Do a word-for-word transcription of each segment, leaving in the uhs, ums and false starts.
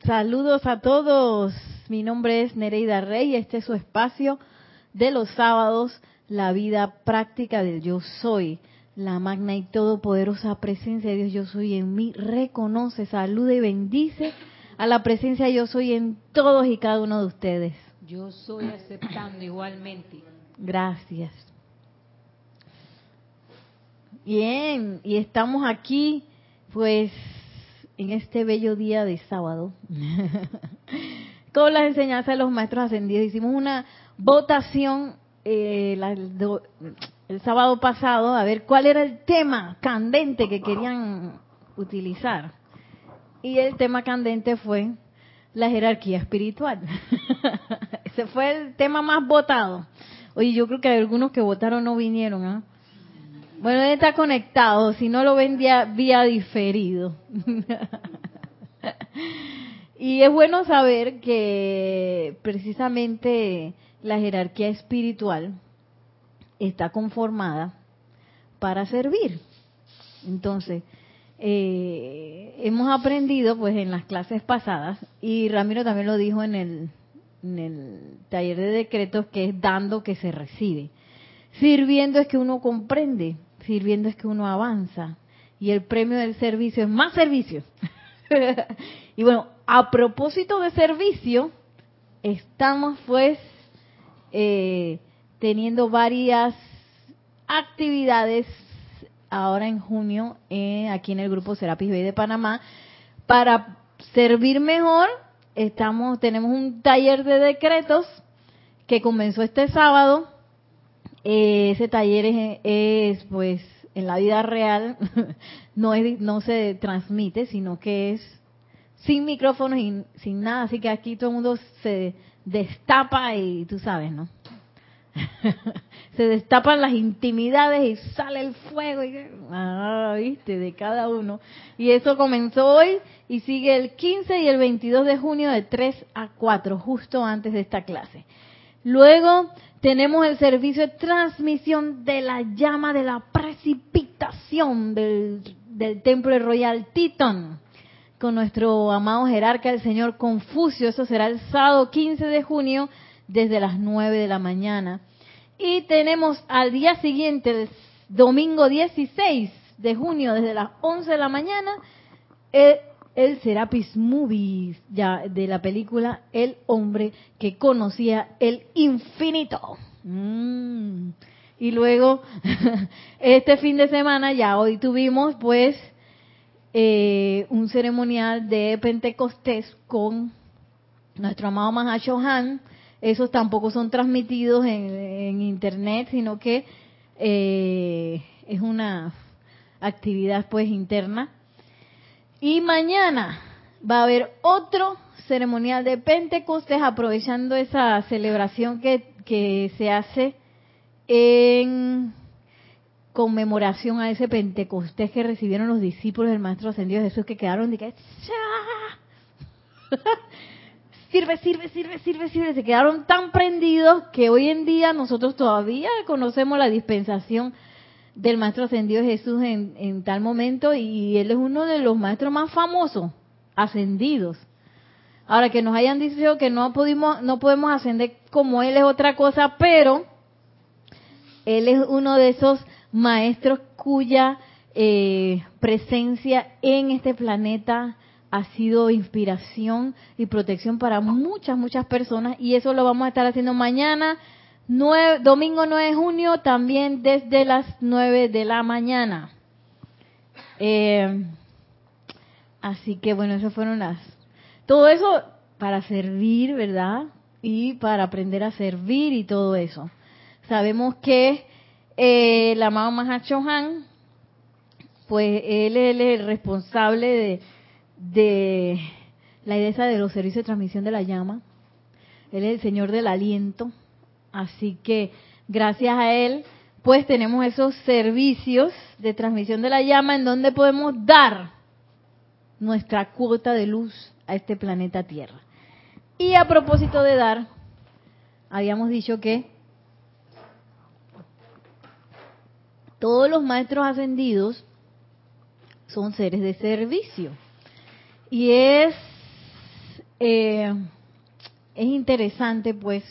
Saludos a todos. Mi nombre es Nereida Rey y este es su espacio de los sábados, la vida práctica del Yo Soy. La magna y todopoderosa presencia de Dios Yo Soy en mí reconoce, saluda y bendice a la presencia Yo Soy en todos y cada uno de ustedes. Yo soy aceptando igualmente. Gracias. Bien, y estamos aquí pues en este bello día de sábado con las enseñanzas de los maestros ascendidos. Hicimos una votación eh, la, do, el sábado pasado a ver cuál era el tema candente que querían utilizar. Y el tema candente fue la jerarquía espiritual. Ese fue el tema más votado. Oye, yo creo que algunos que votaron no vinieron, ¿ah? ¿eh? Bueno, él está conectado, si no lo ven vía, vía diferido. Y es bueno saber que precisamente la jerarquía espiritual está conformada para servir. Entonces, eh, hemos aprendido pues en las clases pasadas, y Ramiro también lo dijo en el, en el taller de decretos, que es dando que se recibe. Sirviendo es que uno comprende, sirviendo es que uno avanza, y el premio del servicio es más servicio. Y bueno, a propósito de servicio, estamos pues eh, teniendo varias actividades ahora en junio eh, aquí en el grupo Serapis Bay de Panamá para servir mejor. Estamos tenemos un taller de decretos que comenzó este sábado. Eh, ese taller es, es, pues, en la vida real, no es, no se transmite, sino que es sin micrófonos y sin nada, así que aquí todo el mundo se destapa y tú sabes, ¿no? Se destapan las intimidades y sale el fuego, y, ah, viste, de cada uno. Y eso comenzó hoy y sigue el quince y el veintidós de junio de tres a cuatro, justo antes de esta clase. Luego tenemos el servicio de transmisión de la llama de la precipitación del, del templo de Royal Teton con nuestro amado jerarca, el señor Confucio. Eso será el sábado quince de junio desde las nueve de la mañana. Y tenemos al día siguiente, el domingo dieciséis de junio, desde las once de la mañana, el el Serapis Movie, ya de la película El hombre que conocía el infinito. Mm. Y luego, este fin de semana, ya hoy tuvimos pues eh, un ceremonial de Pentecostés con nuestro amado Mahashohan. Esos tampoco son transmitidos en, en internet, sino que eh, es una actividad pues interna. Y mañana va a haber otro ceremonial de Pentecostés, aprovechando esa celebración que, que se hace en conmemoración a ese Pentecostés que recibieron los discípulos del Maestro Ascendido Jesús, que quedaron de que sirve, sirve, sirve, sirve, sirve, se quedaron tan prendidos que hoy en día nosotros todavía conocemos la dispensación del Maestro Ascendido Jesús en, en tal momento, y él es uno de los maestros más famosos ascendidos. Ahora, que nos hayan dicho que no pudimos, no podemos ascender como él es otra cosa, pero él es uno de esos maestros cuya eh, presencia en este planeta ha sido inspiración y protección para muchas, muchas personas, y eso lo vamos a estar haciendo mañana, nueve, domingo nueve de junio, también desde las nueve de la mañana. Eh, así que bueno, esas fueron las... Todo eso para servir, ¿verdad? Y para aprender a servir y todo eso. Sabemos que eh, el amado Mahashohan, pues él, él es el responsable de, de la idea de los servicios de transmisión de la llama. Él es el señor del aliento. Así que gracias a él, pues tenemos esos servicios de transmisión de la llama en donde podemos dar nuestra cuota de luz a este planeta Tierra. Y a propósito de dar, habíamos dicho que todos los maestros ascendidos son seres de servicio. Y es eh, es interesante pues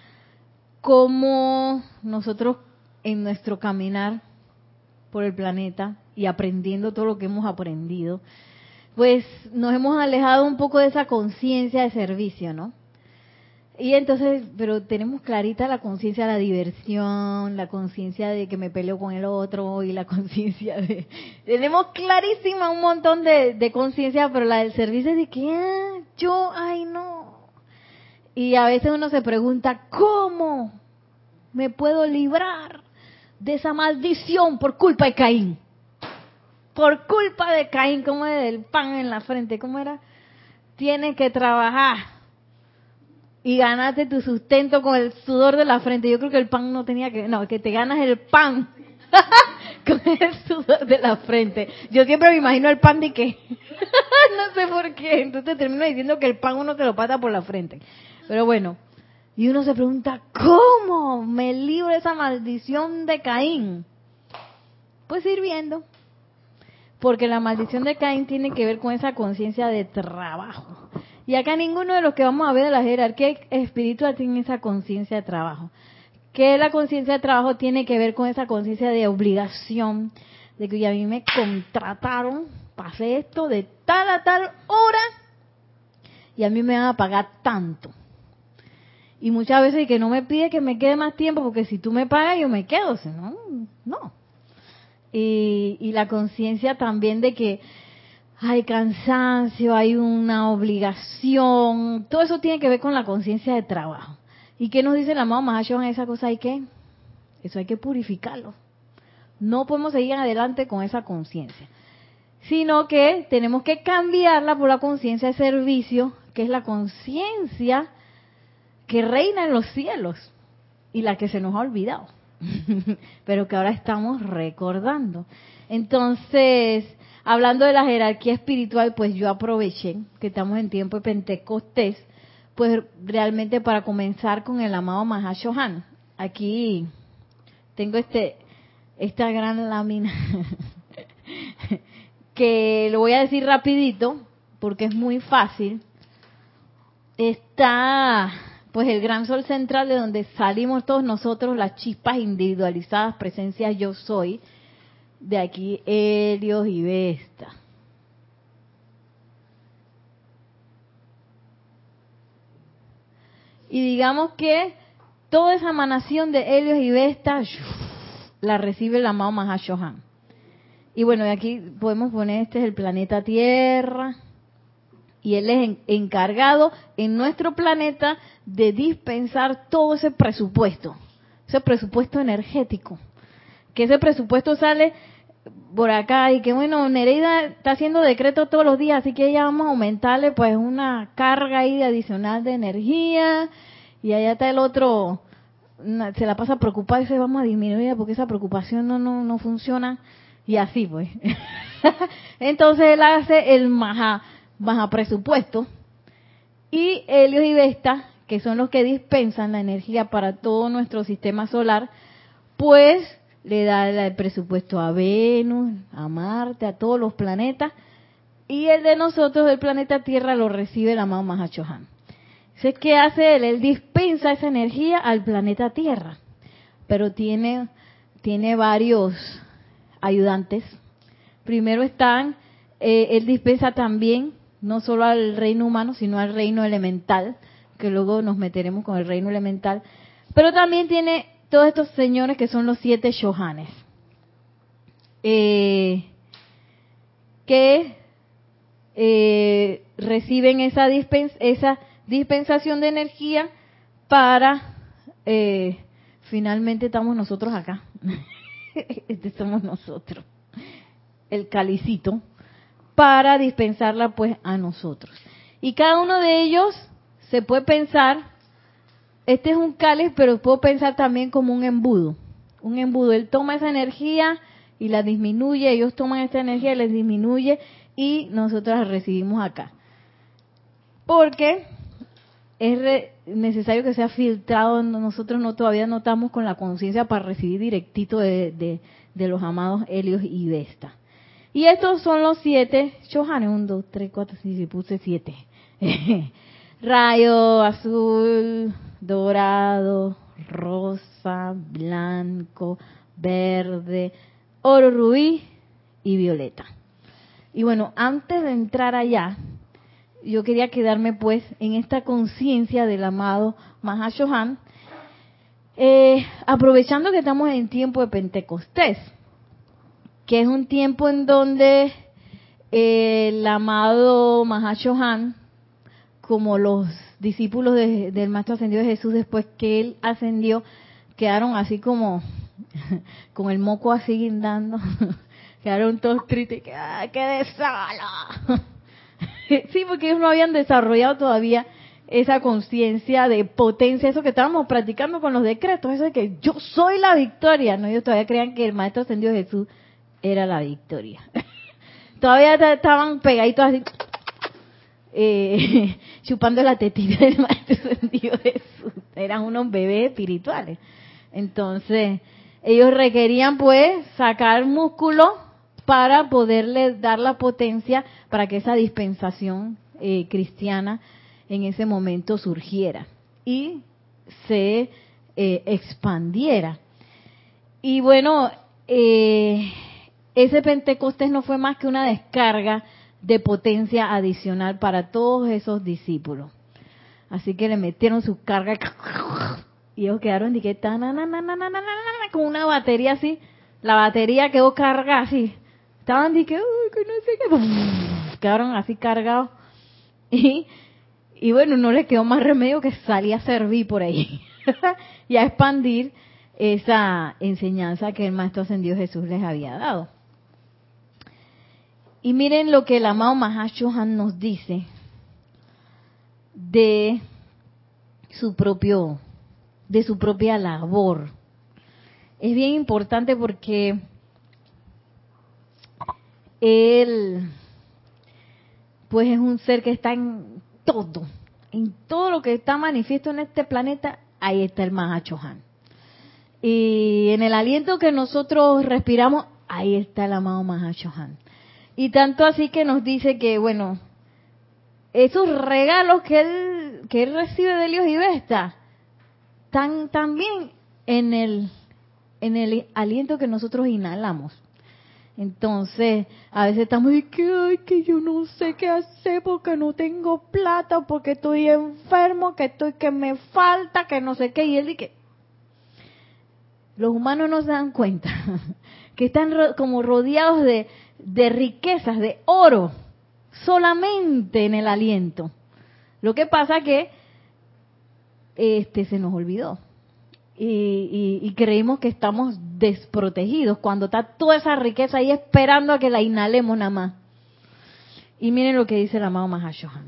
cómo nosotros en nuestro caminar por el planeta y aprendiendo todo lo que hemos aprendido, pues nos hemos alejado un poco de esa conciencia de servicio, ¿no? Y entonces, pero tenemos clarita la conciencia de la diversión, la conciencia de que me peleo con el otro y la conciencia de... Tenemos clarísima un montón de, de conciencia, pero la del servicio es de que ah, yo, ay no. Y a veces uno se pregunta, ¿cómo me puedo librar de esa maldición por culpa de Caín? Por culpa de Caín, como es del pan en la frente, ¿cómo era? Tienes que trabajar y ganarte tu sustento con el sudor de la frente. Yo creo que el pan no tenía que... No, que te ganas el pan con el sudor de la frente. Yo siempre me imagino el pan de que... no sé por qué. Entonces termino diciendo que el pan uno te lo pasa por la frente. Pero bueno. Y uno se pregunta, ¿cómo me libro de esa maldición de Caín? Pues sirviendo. Porque la maldición de Caín tiene que ver con esa conciencia de trabajo. Y acá ninguno de los que vamos a ver de la jerarquía espiritual tiene esa conciencia de trabajo. Que la conciencia de trabajo tiene que ver con esa conciencia de obligación, de que ya a mí me contrataron, pasé esto de tal a tal hora y a mí me van a pagar tanto. Y muchas veces que no me pide que me quede más tiempo, porque si tú me pagas yo me quedo, si no, no. Y, y la conciencia también de que hay cansancio, hay una obligación, todo eso tiene que ver con la conciencia de trabajo. ¿Y qué nos dice el amado Mahashohan? Esa cosa hay que, eso hay que purificarlo. No podemos seguir adelante con esa conciencia, sino que tenemos que cambiarla por la conciencia de servicio, que es la conciencia que reina en los cielos y la que se nos ha olvidado, pero que ahora estamos recordando. Entonces, hablando de la jerarquía espiritual, pues yo aproveché que estamos en tiempo de Pentecostés, pues realmente para comenzar con el amado Mahashohan. Aquí tengo este esta gran lámina que lo voy a decir rapidito porque es muy fácil. Está pues el gran sol central de donde salimos todos nosotros, las chispas individualizadas, presencias yo soy. De aquí Helios y Vesta. Y digamos que toda esa emanación de Helios y Vesta la recibe el amado Mahashohan. Y bueno, de aquí podemos poner, este es el planeta Tierra. Y él es en, encargado en nuestro planeta de dispensar todo ese presupuesto, ese presupuesto energético. Que ese presupuesto sale por acá y que bueno, Nereida está haciendo decretos todos los días, así que ya vamos a aumentarle pues una carga ahí adicional de energía, y allá está el otro, se la pasa preocupada y se vamos a disminuir porque esa preocupación no no, no funciona, y así pues. Entonces él hace el maja, maja presupuesto, y Helios y Vesta, que son los que dispensan la energía para todo nuestro sistema solar, pues le da el presupuesto a Venus, a Marte, a todos los planetas, y el de nosotros, del planeta Tierra, lo recibe el amado Mahashohan. Entonces, ¿qué hace él? Él dispensa esa energía al planeta Tierra, pero tiene, tiene varios ayudantes. Primero están, eh, él dispensa también, no solo al reino humano, sino al reino elemental, que luego nos meteremos con el reino elemental, pero también tiene todos estos señores que son los siete Shohanes, eh, que eh, reciben esa, dispens esa dispensación de energía para, eh, finalmente estamos nosotros acá, este somos nosotros, el calicito, para dispensarla pues a nosotros. Y cada uno de ellos se puede pensar, este es un cáliz, pero puedo pensar también como un embudo. Un embudo, él toma esa energía y la disminuye, ellos toman esta energía y les disminuye, y nosotros la recibimos acá. Porque es re necesario que sea filtrado, nosotros no todavía no estamos con la conciencia para recibir directito de, de, de los amados Helios y Vesta. Y estos son los siete Shohanes, un, dos, tres, cuatro, cinco, puse siete. rayo azul, dorado, rosa, blanco, verde, oro rubí y violeta. Y bueno, antes de entrar allá, yo quería quedarme pues en esta conciencia del amado Mahashohan, eh, aprovechando que estamos en tiempo de Pentecostés, que es un tiempo en donde eh, el amado Mahashohan, como los discípulos de, del Maestro Ascendido de Jesús, después que él ascendió, quedaron así como con el moco así guindando, quedaron todos tristes, que ¡ay, quedé sola! Sí, porque ellos no habían desarrollado todavía esa conciencia de potencia, eso que estábamos practicando con los decretos, eso de que yo soy la victoria. No, ellos todavía creían que el Maestro Ascendido de Jesús era la victoria. Todavía estaban pegaditos así, eh, chupando la tetita del Maestro Ascendido de Jesús. Eran unos bebés espirituales. Entonces, ellos requerían pues sacar músculo para poderle dar la potencia para que esa dispensación eh, cristiana en ese momento surgiera y se eh, expandiera. Y bueno, eh, ese Pentecostés no fue más que una descarga de potencia adicional para todos esos discípulos. Así que le metieron su carga y ellos quedaron de que con una batería así. La batería quedó cargada así. Estaban de que, uy, que no sé qué. Quedaron así cargados. Y, y bueno, no les quedó más remedio que salir a servir por ahí. Y a expandir esa enseñanza que el Maestro Ascendido Jesús les había dado. Y miren lo que el amado Mahashohan nos dice de su propio, de su propia labor. Es bien importante porque él, pues es un ser que está en todo, en todo lo que está manifiesto en este planeta, ahí está el Mahashohan. Y en el aliento que nosotros respiramos, ahí está el amado Mahashohan. Y tanto así que nos dice que, bueno, esos regalos que él, que él recibe de Helios y Vesta, están también en el, en el aliento que nosotros inhalamos. Entonces, a veces estamos de que, ay, que yo no sé qué hacer porque no tengo plata, porque estoy enfermo, que estoy, que me falta, que no sé qué. Y él dice que los humanos no se dan cuenta que están ro- como rodeados de, de riquezas, de oro, solamente en el aliento. Lo que pasa que este se nos olvidó. Y, y, y creímos que estamos desprotegidos cuando está toda esa riqueza ahí esperando a que la inhalemos nada más. Y miren lo que dice el amado Mahashohan.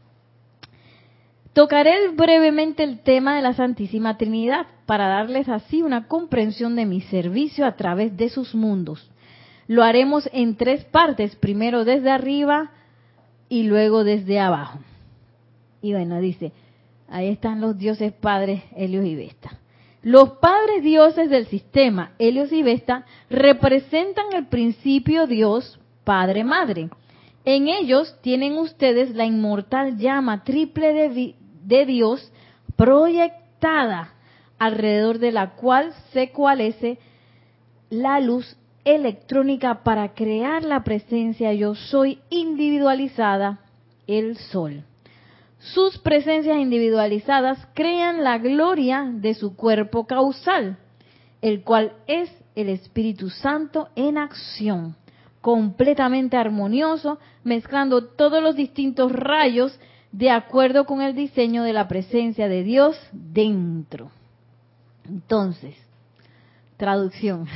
Tocaré brevemente el tema de la Santísima Trinidad para darles así una comprensión de mi servicio a través de sus mundos. Lo haremos en tres partes, primero desde arriba y luego desde abajo. Y bueno, dice, ahí están los dioses padres Helios y Vesta. Los padres dioses del sistema, Helios y Vesta, representan el principio Dios, Padre, Madre. En ellos tienen ustedes la inmortal llama triple de, de Dios proyectada, alrededor de la cual se coalesce la luz electrónica para crear la presencia Yo Soy individualizada, el Sol. Sus presencias individualizadas crean la gloria de su cuerpo causal, el cual es el Espíritu Santo en acción, completamente armonioso, mezclando todos los distintos rayos de acuerdo con el diseño de la presencia de Dios dentro. Entonces, traducción.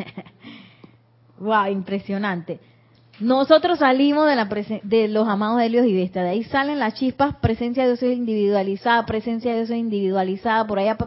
Wow, impresionante. Nosotros salimos de, la de los amados Helios y Vesta, de ahí salen las chispas, presencia de Dios individualizada, presencia de Dios individualizada, por allá,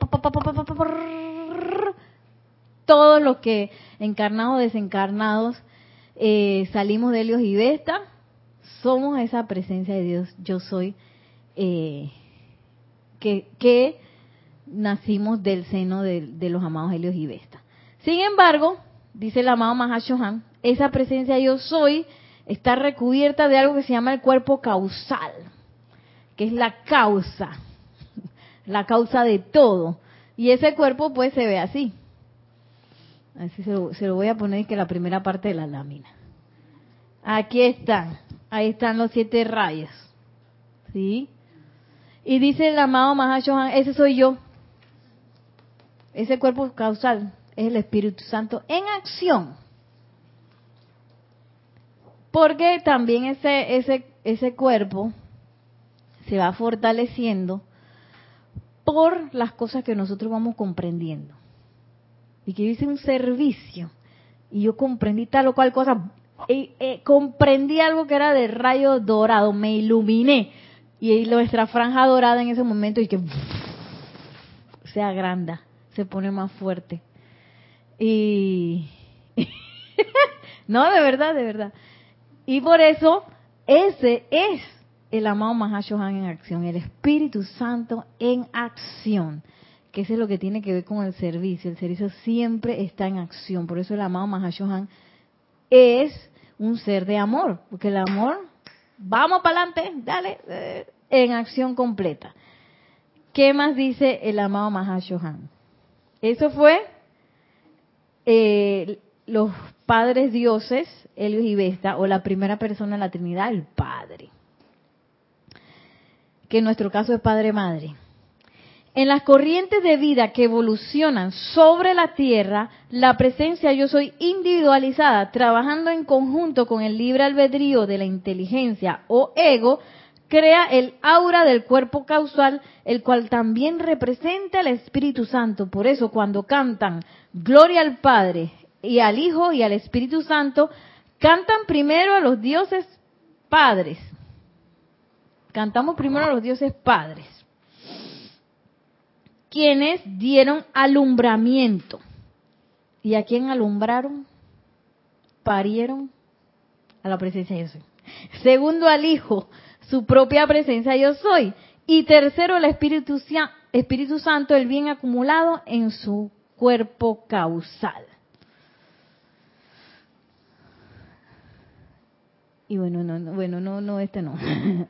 todos los que encarnados o desencarnados eh, salimos de Helios y Vesta, somos esa presencia de Dios, yo soy, eh, que, que nacimos del seno de, de los amados Helios y Vesta. Sin embargo, dice el amado Mahashohan, esa presencia yo soy está recubierta de algo que se llama el cuerpo causal, que es la causa, la causa de todo. Y ese cuerpo pues se ve así. Así se lo, se lo voy a poner que la primera parte de la lámina. Aquí están, ahí están los siete rayos. ¿Sí? Y dice el amado Mahashohan, ese soy yo. Ese cuerpo causal es el Espíritu Santo en acción. Porque también ese, ese, ese cuerpo se va fortaleciendo por las cosas que nosotros vamos comprendiendo. Y que yo hice un servicio y yo comprendí tal o cual cosa, y, eh, comprendí algo que era de rayo dorado, me iluminé, y nuestra franja dorada en ese momento y que se agranda, se pone más fuerte. Y no, de verdad, de verdad. Y por eso ese es el amado Mahashohan en acción, el Espíritu Santo en acción, que eso es lo que tiene que ver con el servicio. El servicio siempre está en acción, por eso el amado Mahashohan es un ser de amor, porque el amor, vamos para adelante, dale, eh, en acción completa. ¿Qué más dice el amado Mahashohan? Eso fue eh, los padres dioses, Helios y Vesta, o la primera persona de la Trinidad, el Padre, que en nuestro caso es Padre-Madre. En las corrientes de vida que evolucionan sobre la Tierra, la presencia yo soy individualizada, trabajando en conjunto con el libre albedrío de la inteligencia o ego, crea el aura del cuerpo causal, el cual también representa el Espíritu Santo. Por eso cuando cantan Gloria al Padre y al Hijo y al Espíritu Santo, cantan primero a los dioses padres. Cantamos primero a los dioses padres, quienes dieron alumbramiento. ¿Y a quién alumbraron? Parieron a la presencia yo soy. Segundo, al Hijo, su propia presencia yo soy. Y tercero, el Espíritu, Espíritu Santo, el bien acumulado en su cuerpo causal. Y bueno, no, no bueno, no, no, este no.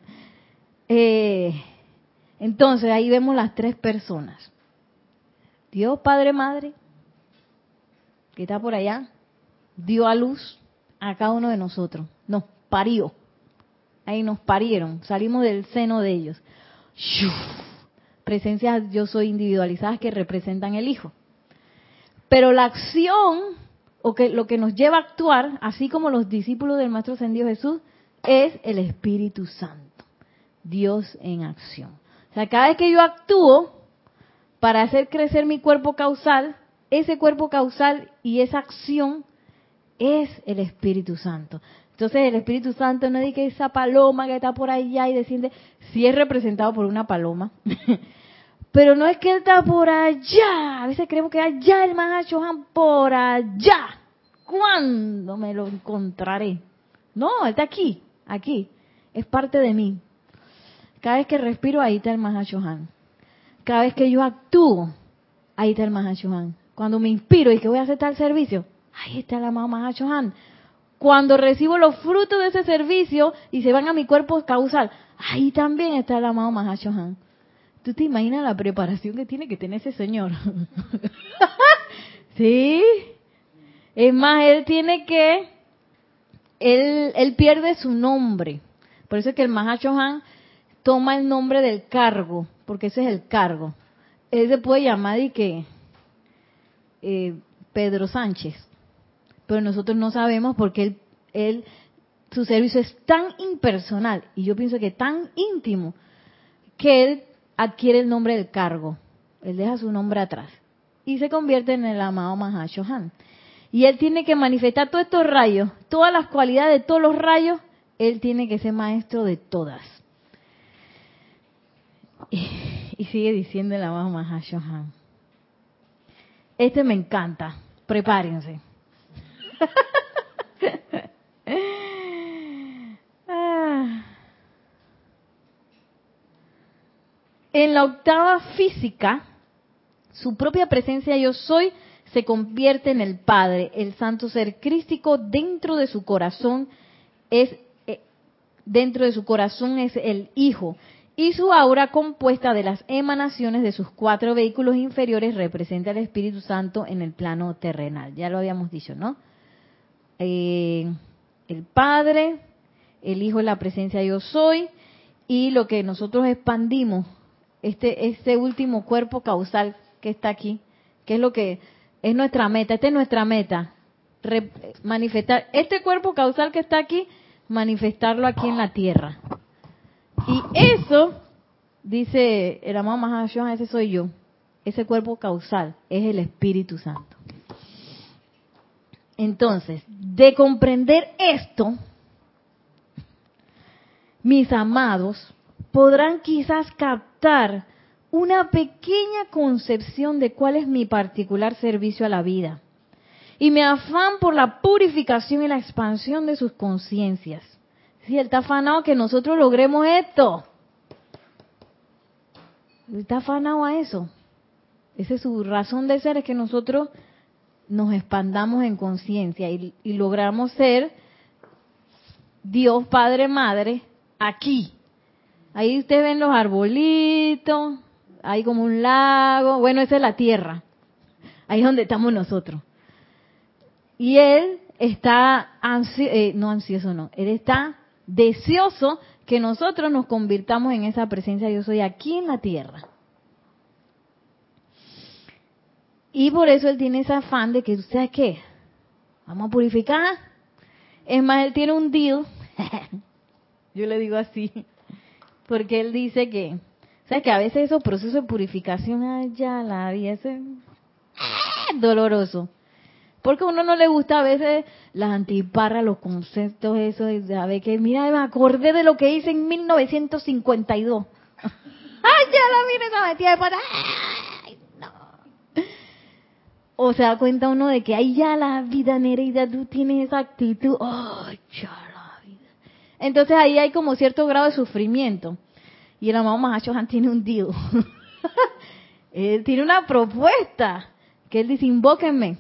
eh, entonces, ahí vemos las tres personas. Dios Padre Madre, que está por allá, dio a luz a cada uno de nosotros, nos parió, ahí nos parieron, salimos del seno de ellos. Presencias yo soy individualizadas que representan el Hijo. Pero la acción, o que lo que nos lleva a actuar, así como los discípulos del Maestro Ascendido Jesús, es el Espíritu Santo, Dios en acción. O sea, cada vez que yo actúo para hacer crecer mi cuerpo causal, ese cuerpo causal y esa acción es el Espíritu Santo. Entonces el Espíritu Santo no es que esa paloma que está por allá y desciende, sí es representado por una paloma, pero no es que él está por allá. A veces creemos que allá el Mahashohan, por allá. ¿Cuándo me lo encontraré? No, él está aquí, aquí. Es parte de mí. Cada vez que respiro, ahí está el Mahashohan. Cada vez que yo actúo, ahí está el Mahashohan. Cuando me inspiro y que voy a hacer tal servicio, ahí está el amado Mahashohan. Cuando recibo los frutos de ese servicio y se van a mi cuerpo causal, ahí también está el amado Mahashohan. ¿Tú te imaginas la preparación que tiene que tener ese señor? ¿Sí? Es más, él tiene que, él, él pierde su nombre. Por eso es que el Mahashohan toma el nombre del cargo, porque ese es el cargo. Él se puede llamar y que eh, Pedro Sánchez, pero nosotros no sabemos porque él, él, su servicio es tan impersonal y yo pienso que tan íntimo que él adquiere el nombre del cargo. Él deja su nombre atrás y se convierte en el amado Mahashohan. Y él tiene que manifestar todos estos rayos, todas las cualidades de todos los rayos. Él tiene que ser maestro de todas. Y, y sigue diciendo el amado Mahashohan. Este me encanta. Prepárense. ah. En la octava física, su propia presencia yo soy se convierte en el Padre, el santo ser crístico dentro de su corazón es eh, dentro de su corazón es el Hijo y su aura compuesta de las emanaciones de sus cuatro vehículos inferiores representa al Espíritu Santo en el plano terrenal. Ya lo habíamos dicho, ¿no? Eh, el Padre, el Hijo es la presencia yo soy, y lo que nosotros expandimos, este, este último cuerpo causal que está aquí, que es lo que es nuestra meta, esta es nuestra meta, re, manifestar este cuerpo causal que está aquí, manifestarlo aquí en la tierra. Y eso, dice el amado Mahashohan, ese soy yo, ese cuerpo causal es el Espíritu Santo. Entonces, de comprender esto, mis amados, podrán quizás captar una pequeña concepción de cuál es mi particular servicio a la vida y mi afán por la purificación y la expansión de sus conciencias. Sí, él está afanado que nosotros logremos esto. Él está afanado a eso. Esa es su razón de ser, es que nosotros nos expandamos en conciencia y, y logramos ser Dios, Padre, Madre, aquí. Ahí ustedes ven los arbolitos, hay como un lago, bueno, esa es la tierra. Ahí es donde estamos nosotros. Y Él está ansioso, eh, no ansioso, no, Él está deseoso que nosotros nos convirtamos en esa presencia yo soy aquí en la tierra. Y por eso Él tiene ese afán de que, ¿sabes qué? Vamos a purificar. Es más, Él tiene un deal, yo le digo así, porque Él dice que, ¿sabes? Que a veces esos procesos de purificación, ay, ya la vida, eso es doloroso. Porque a uno no le gusta a veces las antiparras, los conceptos, eso de saber que, mira, me acordé de lo que hice en mil novecientos cincuenta y dos. ¡Ay, ya la mira esa metida de pata! ¡Ay, no! O se da cuenta uno de que, ay, ya la vida, Nereida, tú tienes esa actitud. ¡Ay, ya la vida! Entonces ahí hay como cierto grado de sufrimiento. Y el amado Mahashohan tiene un deal. Él tiene una propuesta que él dice, invóquenme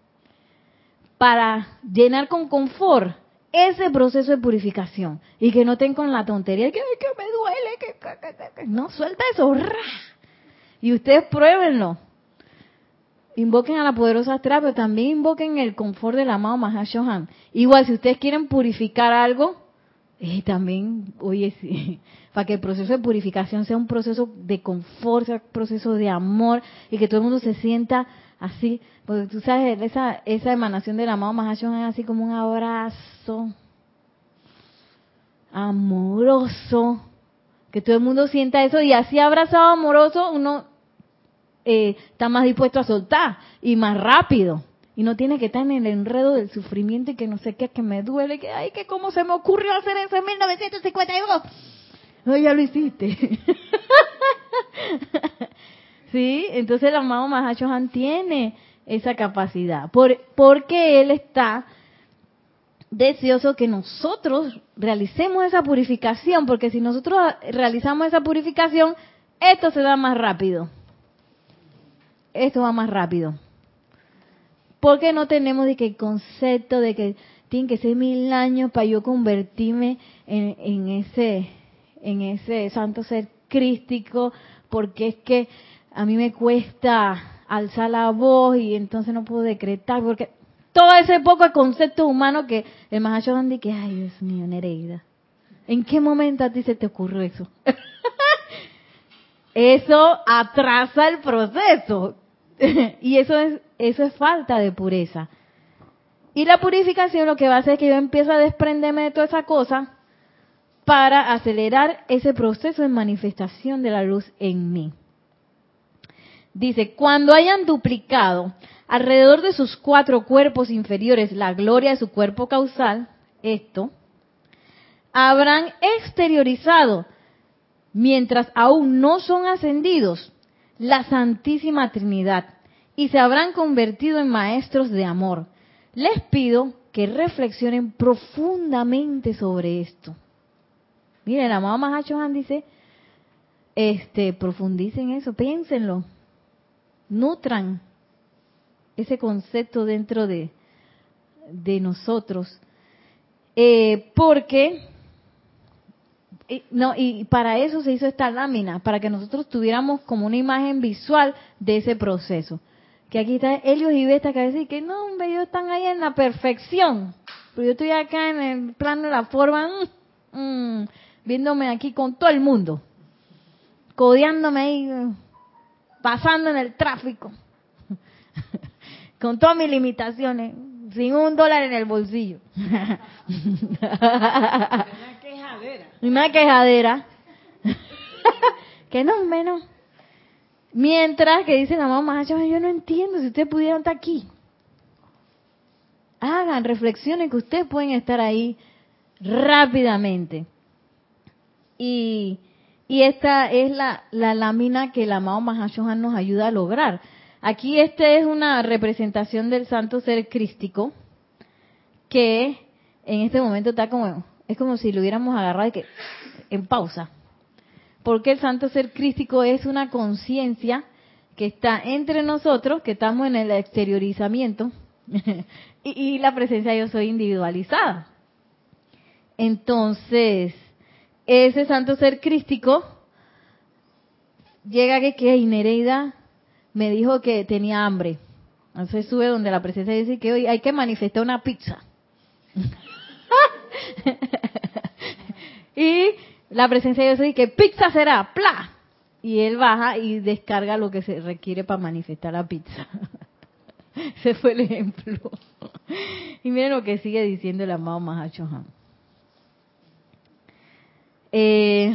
para llenar con confort ese proceso de purificación y que no estén con la tontería que, que me duele, que, que, que, que no, suelta eso, y ustedes pruébenlo, invoquen a la poderosa astral, pero también invoquen el confort del amado Mahashohan. Igual si ustedes quieren purificar algo, eh, también, oye, sí, para que el proceso de purificación sea un proceso de confort, sea un proceso de amor y que todo el mundo se sienta así, porque tú sabes, esa, esa emanación del amado Mahashohan es así como un abrazo amoroso, que todo el mundo sienta eso, y así abrazado amoroso uno eh, está más dispuesto a soltar y más rápido, y no tiene que estar en el enredo del sufrimiento y que no sé qué, que me duele, que ay, que cómo se me ocurrió hacer eso en mil novecientos cincuenta y uno. No, ya lo hiciste. Sí, entonces el amado Mahashohan tiene esa capacidad, por, porque él está deseoso que nosotros realicemos esa purificación, porque si nosotros realizamos esa purificación, esto se da más rápido. Esto va más rápido. Porque no tenemos de que el concepto de que tienen que ser mil años para yo convertirme en, en ese en ese santo ser crístico, porque es que a mí me cuesta alzar la voz y entonces no puedo decretar, porque todo ese poco de concepto humano que el Mahashohan dice que, ay, Dios mío, Nereida, ¿en qué momento a ti se te ocurrió eso? Eso atrasa el proceso. Y eso es, eso es falta de pureza. Y la purificación lo que va a hacer es que yo empiezo a desprenderme de toda esa cosa para acelerar ese proceso de manifestación de la luz en mí. Dice, cuando hayan duplicado alrededor de sus cuatro cuerpos inferiores la gloria de su cuerpo causal, esto, habrán exteriorizado, mientras aún no son ascendidos, la Santísima Trinidad y se habrán convertido en maestros de amor. Les pido que reflexionen profundamente sobre esto. Miren, el amado Mahashohan dice, este, profundicen eso, piénsenlo, nutran ese concepto dentro de, de nosotros, eh, porque y, no, y para eso se hizo esta lámina, para que nosotros tuviéramos como una imagen visual de ese proceso. Que aquí está Helios y Vesta, que a veces que no, hombre, ellos están ahí en la perfección. Pero yo estoy acá en el plano de la forma, mmm, mmm, viéndome aquí con todo el mundo. Codeándome ahí, pasando en el tráfico. Con todas mis limitaciones. Sin un dólar en el bolsillo. Una quejadera. Una quejadera. Que no, menos. Mientras que dice la mamá, yo no entiendo, si ustedes pudieran estar aquí. Hagan reflexiones que ustedes pueden estar ahí rápidamente. Y, y esta es la, la lámina que el amado Mahashohan nos ayuda a lograr. Aquí este es una representación del santo ser crístico que en este momento está como, es como si lo hubiéramos agarrado y que, en pausa. Porque el santo ser crístico es una conciencia que está entre nosotros, que estamos en el exteriorizamiento, y, y la presencia de yo soy individualizada. Entonces, ese santo ser crístico llega que, que Nereida me dijo que tenía hambre. Entonces sube donde la presencia dice que hoy hay que manifestar una pizza. Y la presencia de Dios dice que pizza será, ¡pla! Y él baja y descarga lo que se requiere para manifestar la pizza. Ese fue el ejemplo. Y miren lo que sigue diciendo el amado Mahashohan. Eh,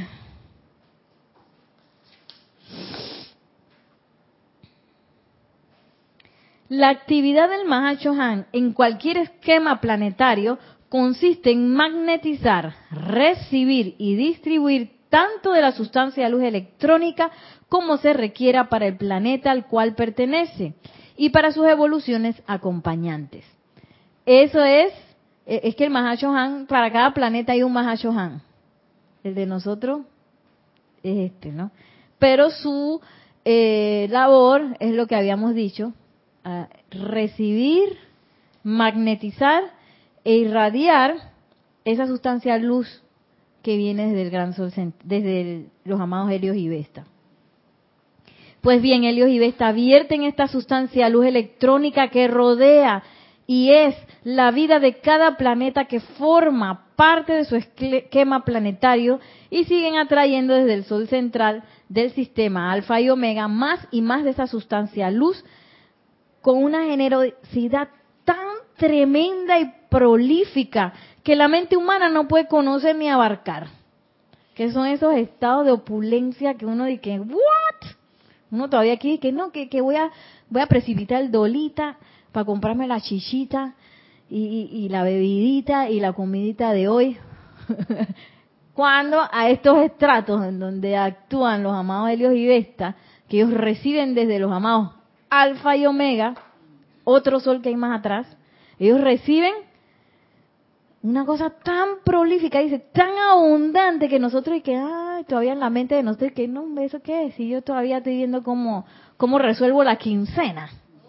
la actividad del Mahashohan en cualquier esquema planetario consiste en magnetizar, recibir y distribuir tanto de la sustancia de luz electrónica como se requiera para el planeta al cual pertenece y para sus evoluciones acompañantes. Eso es, es que el Mahashohan, para cada planeta hay un Mahashohan. El de nosotros es este, ¿no? Pero su eh, labor es lo que habíamos dicho, uh, recibir, magnetizar e irradiar esa sustancia luz que viene desde el gran sol, desde el, los amados Helios y Vesta. Pues bien, Helios y Vesta vierten esta sustancia luz electrónica que rodea y es la vida de cada planeta que forma parte de su esquema planetario y siguen atrayendo desde el sol central del sistema Alfa y Omega más y más de esa sustancia luz con una generosidad tan tremenda y prolífica que la mente humana no puede conocer ni abarcar. Que son esos estados de opulencia que uno dice, ¿what? Uno todavía aquí dice que no, que, que voy a voy a precipitar el dolita para comprarme la chichita y, y, y la bebidita y la comidita de hoy. Cuando a estos estratos en donde actúan los amados Helios y Vesta, que ellos reciben desde los amados Alfa y Omega, otro sol que hay más atrás, ellos reciben una cosa tan prolífica, dice, tan abundante que nosotros y que, ay, todavía en la mente de nosotros, que no, ¿eso qué es? Si yo todavía estoy viendo cómo, cómo resuelvo la quincena.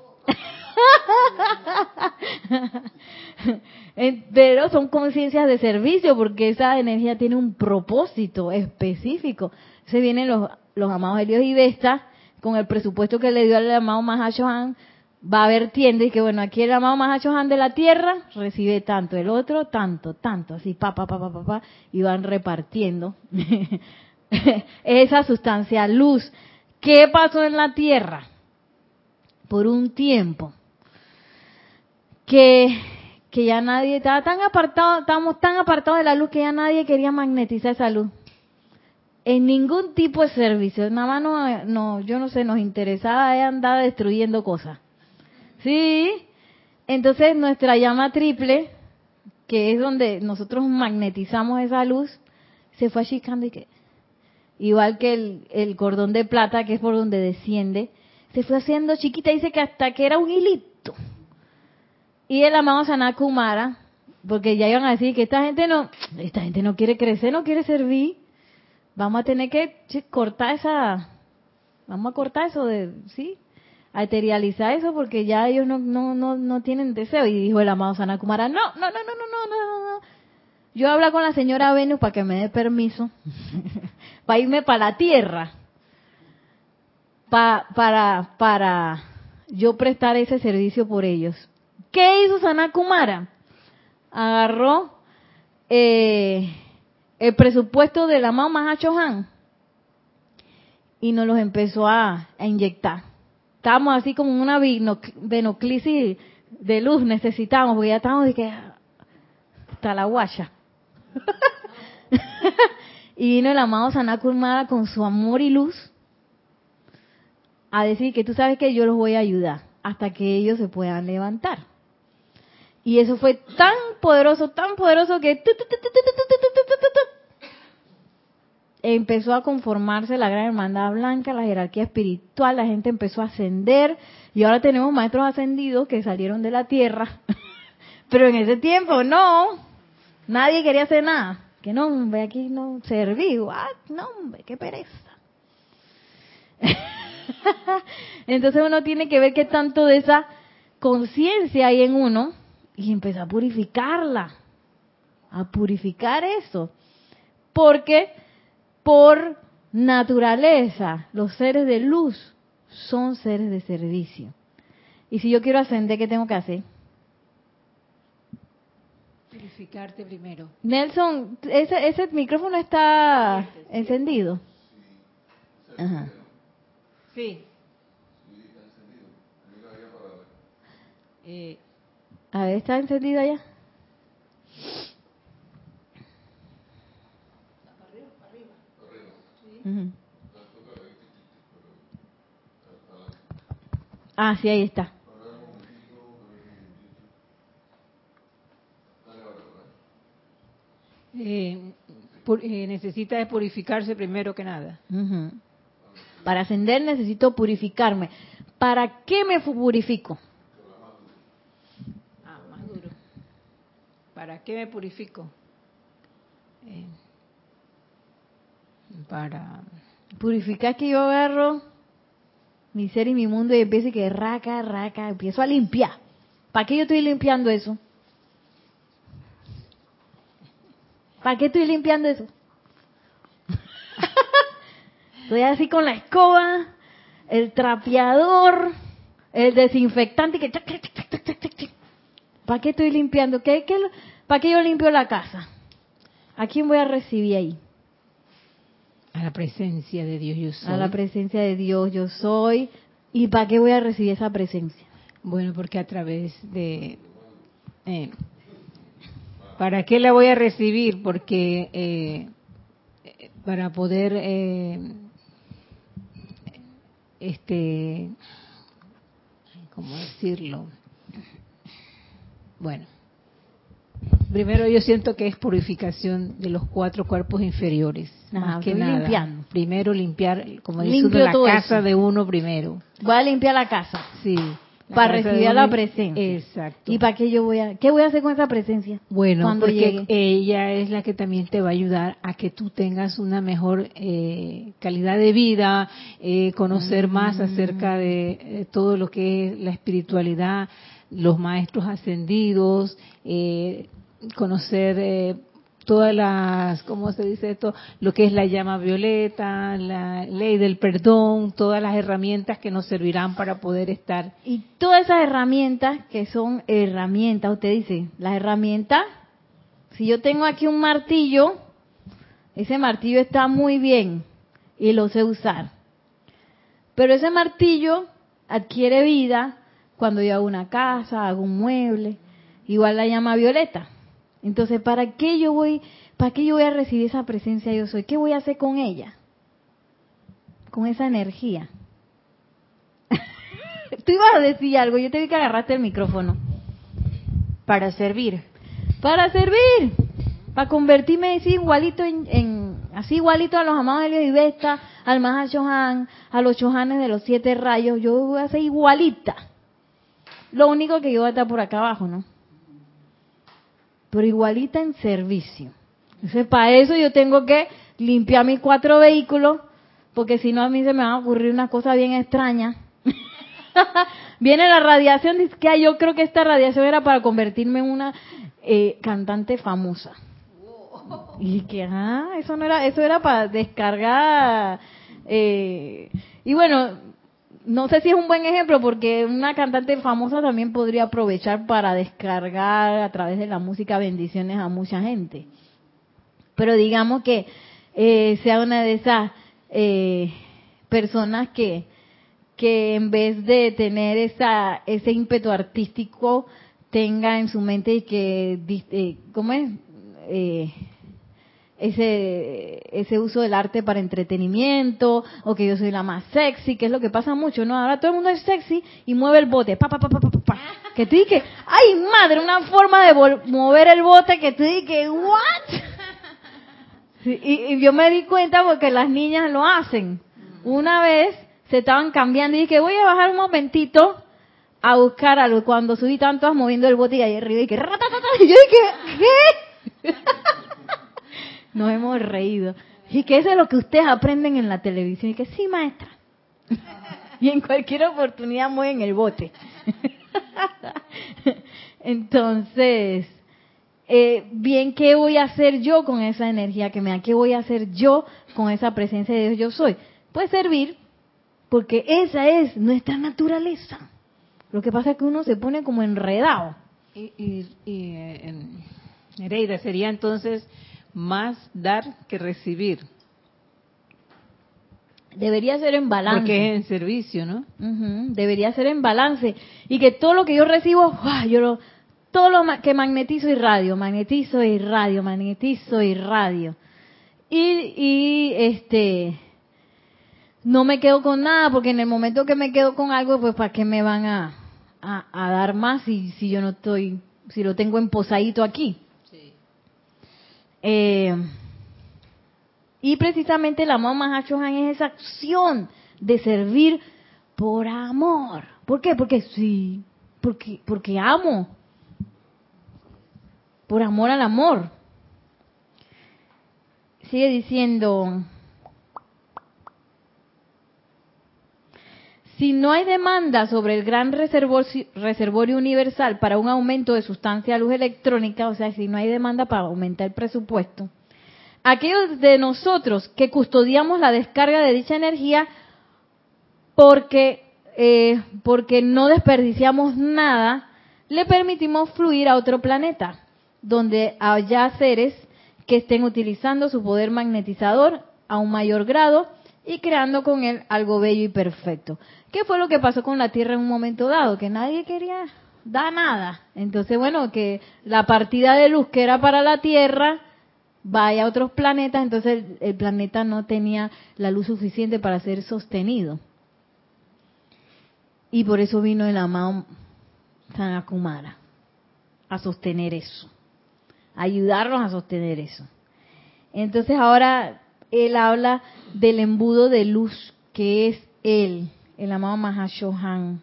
Pero son conciencias de servicio porque esa energía tiene un propósito específico. Se vienen los, los amados Helios y Vesta con el presupuesto que le dio al amado Mahashohan, va vertiendo y que bueno, aquí el amado Mahashohan de la Tierra recibe tanto, el otro tanto, tanto, así pa, pa, pa, pa, pa, pa y van repartiendo esa sustancia luz. ¿Qué pasó en la Tierra? Por un tiempo que, que ya nadie estaba tan apartado, estábamos tan apartados de la luz que ya nadie quería magnetizar esa luz. En ningún tipo de servicio, nada más no, no, yo no sé, nos interesaba andar destruyendo cosas. Sí, entonces nuestra llama triple, que es donde nosotros magnetizamos esa luz, se fue achicando y que, igual que el, el cordón de plata, que es por donde desciende, se fue haciendo chiquita, dice que hasta que era un hilito. Y el amado Sanat Kumara, porque ya iban a decir que esta gente no, esta gente no quiere crecer, no quiere servir, vamos a tener que cortar esa, vamos a cortar eso de, sí, a eterializar eso porque ya ellos no, no, no, no tienen deseo. Y dijo el amado Sanat Kumara, no, no, no, no, no, no, no, no. yo hablo con la señora Venus para que me dé permiso para irme para la Tierra, pa, para, para yo prestar ese servicio por ellos. ¿Qué hizo Sanat Kumara? Agarró eh, el presupuesto del amado Mahacho Han y nos los empezó a, a inyectar. Estábamos así como en una venoclisis de luz, necesitábamos, porque ya estábamos de que hasta la guaya. Y vino el amado Sanat Kumara con su amor y luz a decir que tú sabes que yo los voy a ayudar hasta que ellos se puedan levantar. Y eso fue tan poderoso, tan poderoso que empezó a conformarse la Gran Hermandad Blanca, la jerarquía espiritual, la gente empezó a ascender y ahora tenemos maestros ascendidos que salieron de la tierra. Pero en ese tiempo no, nadie quería hacer nada. Que no, hombre, aquí no serví. Ah, no, hombre, qué pereza. Entonces uno tiene que ver qué tanto de esa conciencia hay en uno y empezar a purificarla, a purificar eso. Porque por naturaleza los seres de luz son seres de servicio. Y si yo quiero ascender, ¿qué tengo que hacer? Purificarte primero. Nelson, ese, ese micrófono está encendido. Ajá. Sí. Eh, A ver, ¿está encendido allá? Uh-huh. Ah, sí, ahí está. eh, pur- eh, necesita de purificarse primero que nada. Uh-huh. Para ascender necesito purificarme. ¿Para qué me fu- purifico? Ah, más duro. ¿Para qué me purifico? Eh, para... Purificar es que yo agarro mi ser y mi mundo y empiezo y que raca, raca, empiezo a limpiar. ¿Para qué yo estoy limpiando eso? ¿Para qué estoy limpiando eso? Estoy así con la escoba, el trapeador, el desinfectante que... ¿Para qué estoy limpiando? ¿Qué, qué, ¿Para qué yo limpio la casa? ¿A quién voy a recibir ahí? A la presencia de Dios yo soy. A la presencia de Dios yo soy. ¿Y para qué voy a recibir esa presencia? Bueno, porque a través de... Eh, ¿Para qué la voy a recibir? Porque eh, para poder... Eh, este... ¿Cómo decirlo? Bueno. Primero yo siento que es purificación de los cuatro cuerpos inferiores, Ajá, más que estoy nada. limpiando. Primero limpiar, como dice Limpio uno, la todo casa eso. de uno primero. Voy a limpiar la casa. Sí. Para casa de recibir a uno la y- presencia. Exacto. ¿Y para qué yo voy a, qué voy a hacer con esa presencia? Bueno, cuando porque llegue? ella es la que también te va a ayudar a que tú tengas una mejor eh, calidad de vida, eh, conocer Mm. más acerca de eh, todo lo que es la espiritualidad, los maestros ascendidos, eh, conocer eh, todas las, ¿cómo se dice esto? Lo que es la llama violeta, la ley del perdón, todas las herramientas que nos servirán para poder estar. Y todas esas herramientas que son herramientas, usted dice, las herramientas, si yo tengo aquí un martillo, ese martillo está muy bien y lo sé usar. Pero ese martillo adquiere vida cuando yo hago una casa, hago un mueble, igual la llama violeta. Entonces, ¿para qué yo voy, para qué yo voy a recibir esa presencia yo soy? ¿Qué voy a hacer con ella? Con esa energía. Tú ibas a decir algo, yo te vi que agarraste el micrófono. Para servir. Para servir, para convertirme así igualito en, en así igualito a los amados Helios y Vesta, al Mahashohan, a los Chohanes de los siete rayos. Yo voy a ser igualita. Lo único que yo voy a estar por acá abajo, ¿no? Pero igualita en servicio. Entonces, para eso yo tengo que limpiar mis cuatro vehículos, porque si no a mí se me van a ocurrir unas cosas bien extrañas. Viene la radiación, dice que "Ay, yo creo que esta radiación era para convertirme en una eh, cantante famosa". Y que, ah, eso no era, eso era para descargar. Eh, y bueno, no sé si es un buen ejemplo porque una cantante famosa también podría aprovechar para descargar a través de la música bendiciones a mucha gente. Pero digamos que eh, sea una de esas eh, personas que, que en vez de tener esa ese ímpetu artístico tenga en su mente que, eh, ¿cómo es? Eh, ese ese uso del arte para entretenimiento, o que yo soy la más sexy, que es lo que pasa mucho, ¿no? Ahora todo el mundo es sexy y mueve el bote, pa, pa, pa, pa, pa, pa. Que tú dices, ay madre, una forma de mover el bote que tú dices, what? Sí, y, y yo me di cuenta porque las niñas lo hacen. Una vez se estaban cambiando y dije, voy a bajar un momentito a buscar algo. Cuando subí, estaban todas moviendo el bote y ahí arriba y que ratatata, y yo dije, ¿qué? Nos hemos reído. Y que eso es lo que ustedes aprenden en la televisión. Y que sí, maestra. Y en cualquier oportunidad mueven el bote. Entonces, eh, bien, ¿qué voy a hacer yo con esa energía que me da? ¿Qué voy a hacer yo con esa presencia de Dios yo soy? Pues servir, porque esa es nuestra naturaleza. Lo que pasa es que uno se pone como enredado. Y, y, y eh, Nereida, sería entonces más dar que recibir. Debería ser en balance. Porque es en servicio, ¿no? Uh-huh. Debería ser en balance. Y que todo lo que yo recibo, ¡uah! yo lo, todo lo que magnetizo y radio, magnetizo y radio, magnetizo y radio. Y, y este, no me quedo con nada, porque en el momento que me quedo con algo, pues ¿para qué me van a, a, a dar más si, si yo no estoy, si lo tengo emposadito aquí? Sí. Eh, y precisamente la mamá Mahachohan es esa acción de servir por amor. ¿Por qué? Porque sí, porque, porque amo. Por amor al amor. Sigue diciendo, si no hay demanda sobre el gran reservorio, reservorio universal para un aumento de sustancia luz electrónica, o sea, si no hay demanda para aumentar el presupuesto, aquellos de nosotros que custodiamos la descarga de dicha energía porque, eh, porque no desperdiciamos nada, le permitimos fluir a otro planeta, donde haya seres que estén utilizando su poder magnetizador a un mayor grado y creando con él algo bello y perfecto. ¿Qué fue lo que pasó con la Tierra en un momento dado? Que nadie quería dar nada. Entonces, bueno, que la partida de luz que era para la Tierra vaya a otros planetas, entonces el, el planeta no tenía la luz suficiente para ser sostenido. Y por eso vino el amado Sanakumara a sostener eso, a ayudarnos a sostener eso. Entonces ahora él habla del embudo de luz que es él, el amado Mahashohan.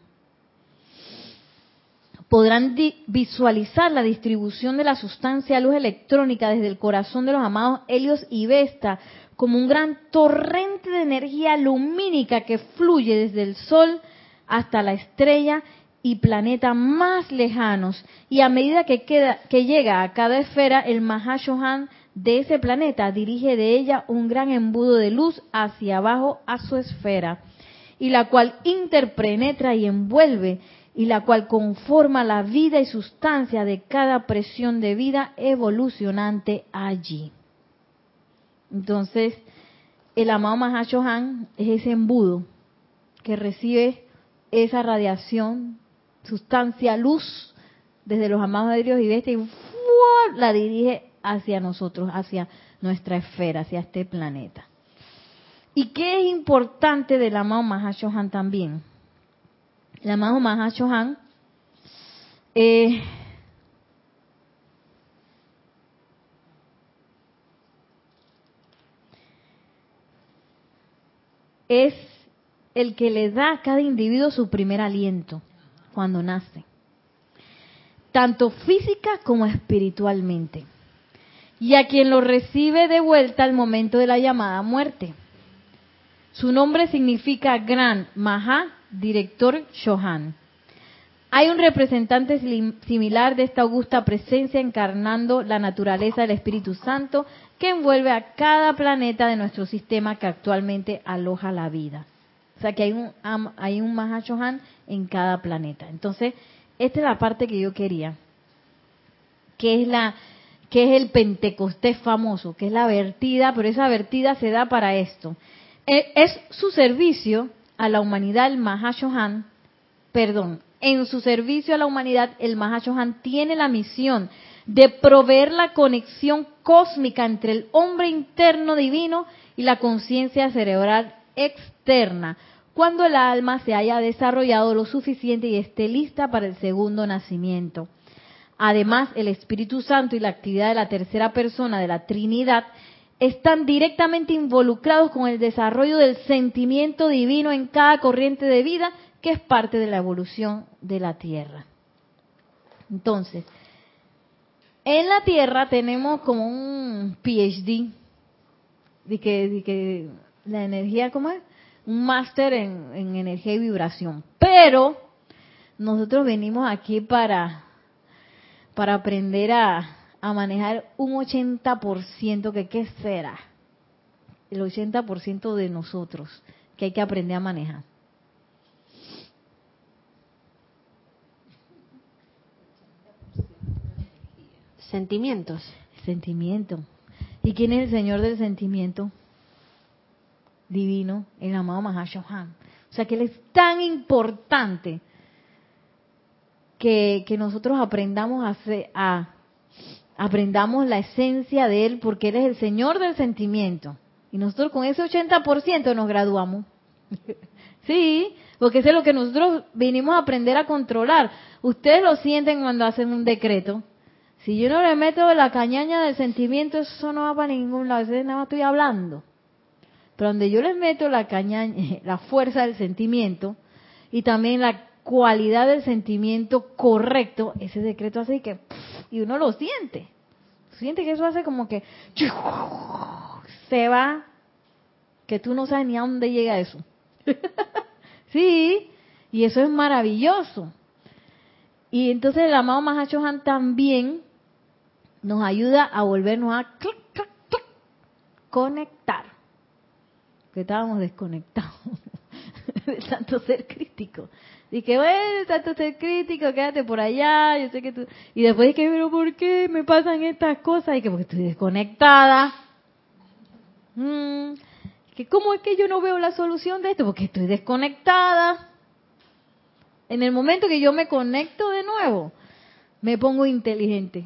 Podrán visualizar la distribución de la sustancia luz electrónica desde el corazón de los amados Helios y Vesta como un gran torrente de energía lumínica que fluye desde el Sol hasta la estrella y planeta más lejanos, y a medida que, queda, que llega a cada esfera, el Mahashohan de ese planeta dirige de ella un gran embudo de luz hacia abajo a su esfera, y la cual interpenetra y envuelve, y la cual conforma la vida y sustancia de cada presión de vida evolucionante allí. Entonces, el amado Mahashohan es ese embudo que recibe esa radiación, sustancia, luz, desde los amados de Dios y de este, y ¡fua! La dirige hacia nosotros, hacia nuestra esfera, hacia este planeta. ¿Y qué es importante del amado Mahashohan también? El amado Mahashohan eh, es el que le da a cada individuo su primer aliento cuando nace, tanto física como espiritualmente, y a quien lo recibe de vuelta al momento de la llamada muerte. Su nombre significa gran, Maha, director, Shohan. Hay un representante similar de esta augusta presencia encarnando la naturaleza del Espíritu Santo que envuelve a cada planeta de nuestro sistema que actualmente aloja la vida. O sea que hay un, hay un Mahashohan en cada planeta. Entonces, esta es la parte que yo quería, que es la que es el Pentecostés famoso, que es la vertida, pero esa vertida se da para esto. Es su servicio a la humanidad, el Mahashohan, perdón, en su servicio a la humanidad, el Mahashohan tiene la misión de proveer la conexión cósmica entre el hombre interno divino y la conciencia cerebral externa, cuando el alma se haya desarrollado lo suficiente y esté lista para el segundo nacimiento. Además, el Espíritu Santo y la actividad de la tercera persona de la Trinidad están directamente involucrados con el desarrollo del sentimiento divino en cada corriente de vida que es parte de la evolución de la Tierra. Entonces, en la Tierra tenemos como un P H D, de que, de que la energía, ¿cómo es? Un máster en, en energía y vibración. Pero nosotros venimos aquí para, para aprender a, a manejar un ochenta por ciento, que ¿qué será? El ochenta por ciento de nosotros, que hay que aprender a manejar. Sentimientos. Sentimiento. ¿Y quién es el Señor del sentimiento? Divino, el amado Mahashohan. O sea que Él es tan importante que, que nosotros aprendamos a, hacer, a aprendamos la esencia de Él, porque Él es el Señor del sentimiento. Y nosotros con ese ochenta por ciento nos graduamos. Sí, porque eso es lo que nosotros vinimos a aprender a controlar. Ustedes lo sienten cuando hacen un decreto. Si yo no le meto la cañaña del sentimiento, eso no va para ningún lado, eso nada más estoy hablando. Pero donde yo les meto la cañaña, la fuerza del sentimiento y también la cualidad del sentimiento correcto, ese decreto hace que, y uno lo siente. Siente que eso hace como que se va, que tú no sabes ni a dónde llega eso. Sí, y eso es maravilloso. Y entonces el amado Mahashohan también nos ayuda a volvernos a clic, clic, clic, conectar. Que estábamos desconectados del santo ser crítico. Dije, bueno, santo ser crítico, quédate por allá, yo sé que tú... Y después dije, pero ¿por qué me pasan estas cosas? Y que porque estoy desconectada. Mm, que ¿cómo es que yo no veo la solución de esto? Porque estoy desconectada. En el momento que yo me conecto de nuevo, me pongo inteligente.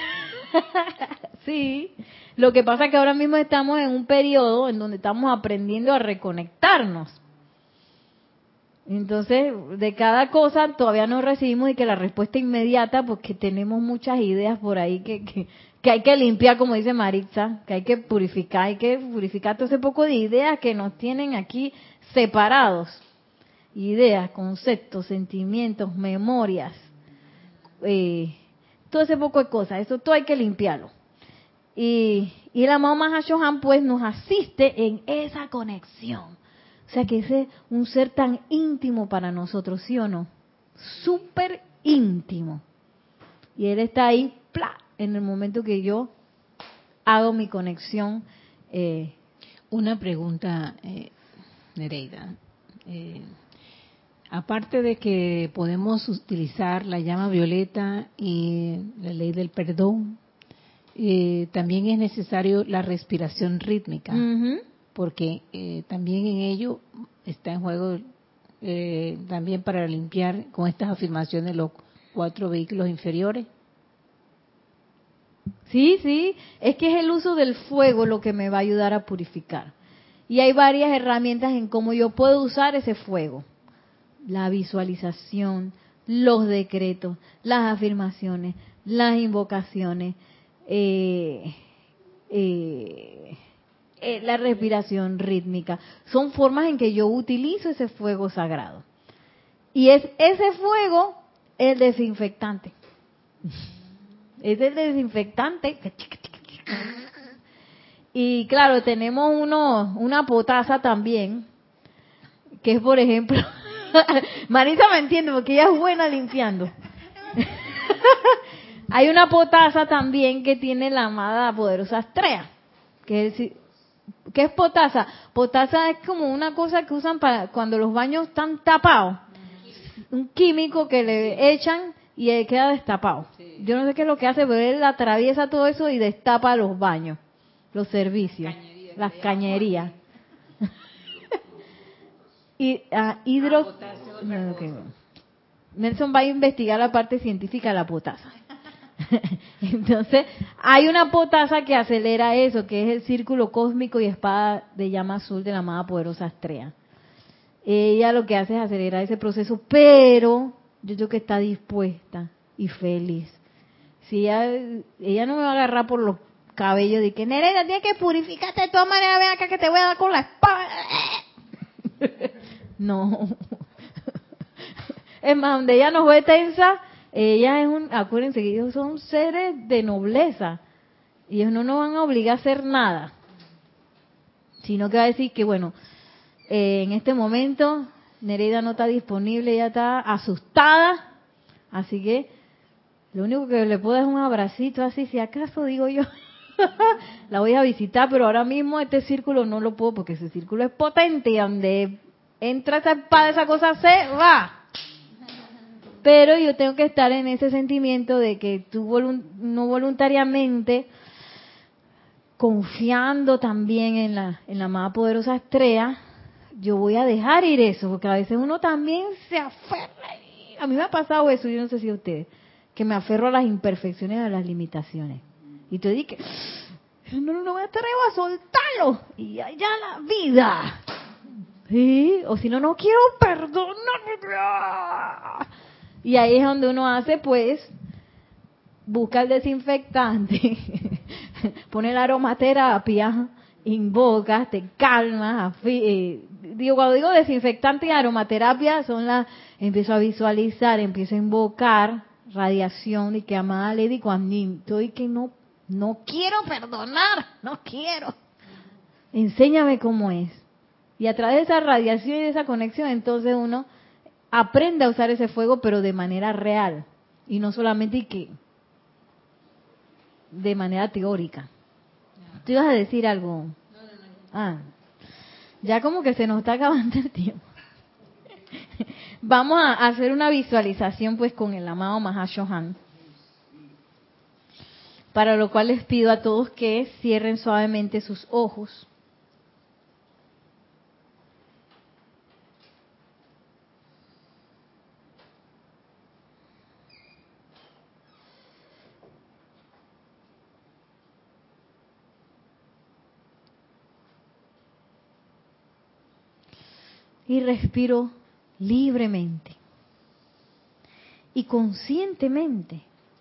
Sí, lo que pasa es que ahora mismo estamos en un periodo en donde estamos aprendiendo a reconectarnos. Entonces, de cada cosa todavía no recibimos y que la respuesta inmediata, porque tenemos muchas ideas por ahí que, que, que hay que limpiar, como dice Maritza, que hay que purificar, hay que purificar todo ese poco de ideas que nos tienen aquí separados. Ideas, conceptos, sentimientos, memorias, eh, todo ese poco de cosas, eso todo hay que limpiarlo. Y, y el amado Mahashohan pues nos asiste en esa conexión. O sea que ese es un ser tan íntimo para nosotros, ¿sí o no? Súper íntimo. Y Él está ahí, ¡plá!, en el momento que yo hago mi conexión. Eh, Una pregunta, eh, Nereida. Eh, aparte de que podemos utilizar la llama violeta y la ley del perdón, eh, también es necesario la respiración rítmica, uh-huh. porque eh, también en ello está en juego eh, también para limpiar con estas afirmaciones los cuatro vehículos inferiores. Sí, sí, es que es el uso del fuego lo que me va a ayudar a purificar. Y hay varias herramientas en cómo yo puedo usar ese fuego. La visualización, los decretos, las afirmaciones, las invocaciones, eh, eh, eh, la respiración rítmica. Son formas en que yo utilizo ese fuego sagrado. Y es ese fuego el desinfectante. Es el desinfectante. Y claro, tenemos uno, una potasa también, que es por ejemplo... Marisa me entiende porque ella es buena limpiando. Hay una potasa también que tiene la amada poderosa Astrea. Que es, ¿qué es potasa? Potasa es como una cosa que usan para cuando los baños están tapados. Un químico que le echan y él queda destapado. Yo no sé qué es lo que hace, pero él atraviesa todo eso y destapa los baños, los servicios, cañería, las cañerías. y uh, hidro... No, okay. Nelson va a investigar la parte científica de la potasa. Entonces, hay una potasa que acelera eso, que es el círculo cósmico y espada de llama azul de la amada poderosa Astrea. Ella lo que hace es acelerar ese proceso, pero yo creo que está dispuesta y feliz. Si ella, ella no me va a agarrar por los cabellos de que, Nereida, tienes que purificarte de todas maneras, ven acá que te voy a dar con la espada. No. Es más, donde ella nos ve tensa, ella es un, acuérdense que ellos son seres de nobleza. Y ellos no nos van a obligar a hacer nada. Sino que va a decir que, bueno, eh, en este momento Nereida no está disponible, ella está asustada. Así que lo único que le puedo es un abracito así, si acaso digo yo. La voy a visitar, pero ahora mismo este círculo no lo puedo porque ese círculo es potente y donde entra esa espada, esa cosa se va. Pero yo tengo que estar en ese sentimiento de que tú volunt- no voluntariamente, confiando también en la, en la más poderosa Astrea, yo voy a dejar ir eso, porque a veces uno también se aferra. Y a mí me ha pasado eso, yo no sé si a ustedes, que me aferro a las imperfecciones, a las limitaciones. Y tú dices, no, no, no me atrevo a soltarlo. Y allá la vida. ¿Sí? O si no, no quiero perdonar. Y ahí es donde uno hace, pues, busca el desinfectante, pone la aromaterapia, invocas, te calmas. Eh, digo, cuando digo desinfectante y aromaterapia, son las, empiezo a visualizar, empiezo a invocar radiación y que amada Lady Kuan Yin, estoy que no, no quiero perdonar, no quiero. Enséñame cómo es. Y a través de esa radiación y de esa conexión, entonces uno aprende a usar ese fuego, pero de manera real. Y no solamente que de manera teórica. ¿Tú ibas a decir algo? Ah, ya como que se nos está acabando el tiempo. Vamos a hacer una visualización pues con el amado Mahashohan. Para lo cual les pido a todos que cierren suavemente sus ojos. Y respiro libremente y conscientemente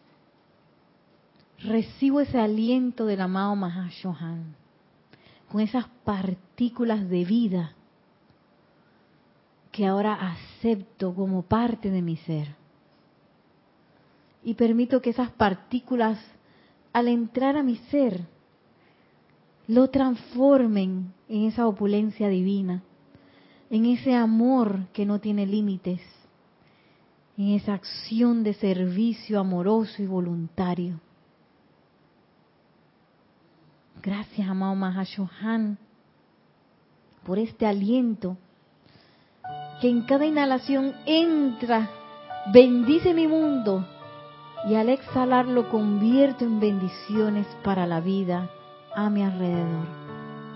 recibo ese aliento del amado Mahashohan con esas partículas de vida que ahora acepto como parte de mi ser. Y permito que esas partículas, al entrar a mi ser, lo transformen en esa opulencia divina, en ese amor que no tiene límites, en esa acción de servicio amoroso y voluntario. Gracias, amado Mahashohan, por este aliento que en cada inhalación entra, bendice mi mundo y al exhalar lo convierto en bendiciones para la vida a mi alrededor.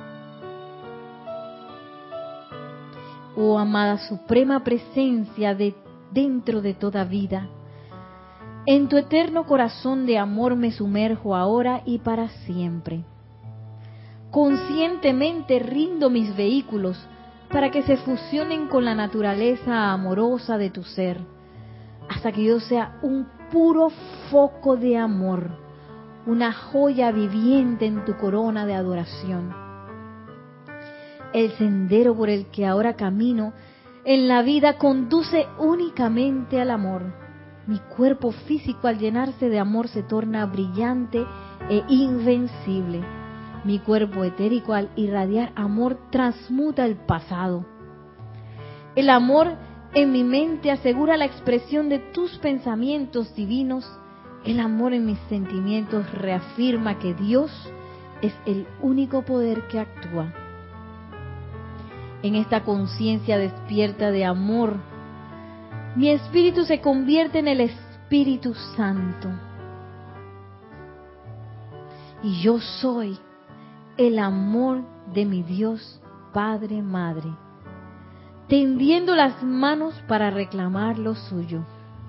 Oh amada suprema presencia de dentro de toda vida, en tu eterno corazón de amor me sumerjo ahora y para siempre. Conscientemente rindo mis vehículos para que se fusionen con la naturaleza amorosa de tu ser, hasta que yo sea un puro foco de amor, una joya viviente en tu corona de adoración. El sendero por el que ahora camino en la vida conduce únicamente al amor. Mi cuerpo físico al llenarse de amor se torna brillante e invencible. Mi cuerpo etérico al irradiar amor transmuta el pasado. El amor en mi mente asegura la expresión de tus pensamientos divinos. El amor en mis sentimientos reafirma que Dios es el único poder que actúa. En esta conciencia despierta de amor, mi espíritu se convierte en el Espíritu Santo. Y yo soy el amor de mi Dios Padre Madre, tendiendo las manos para reclamar lo suyo.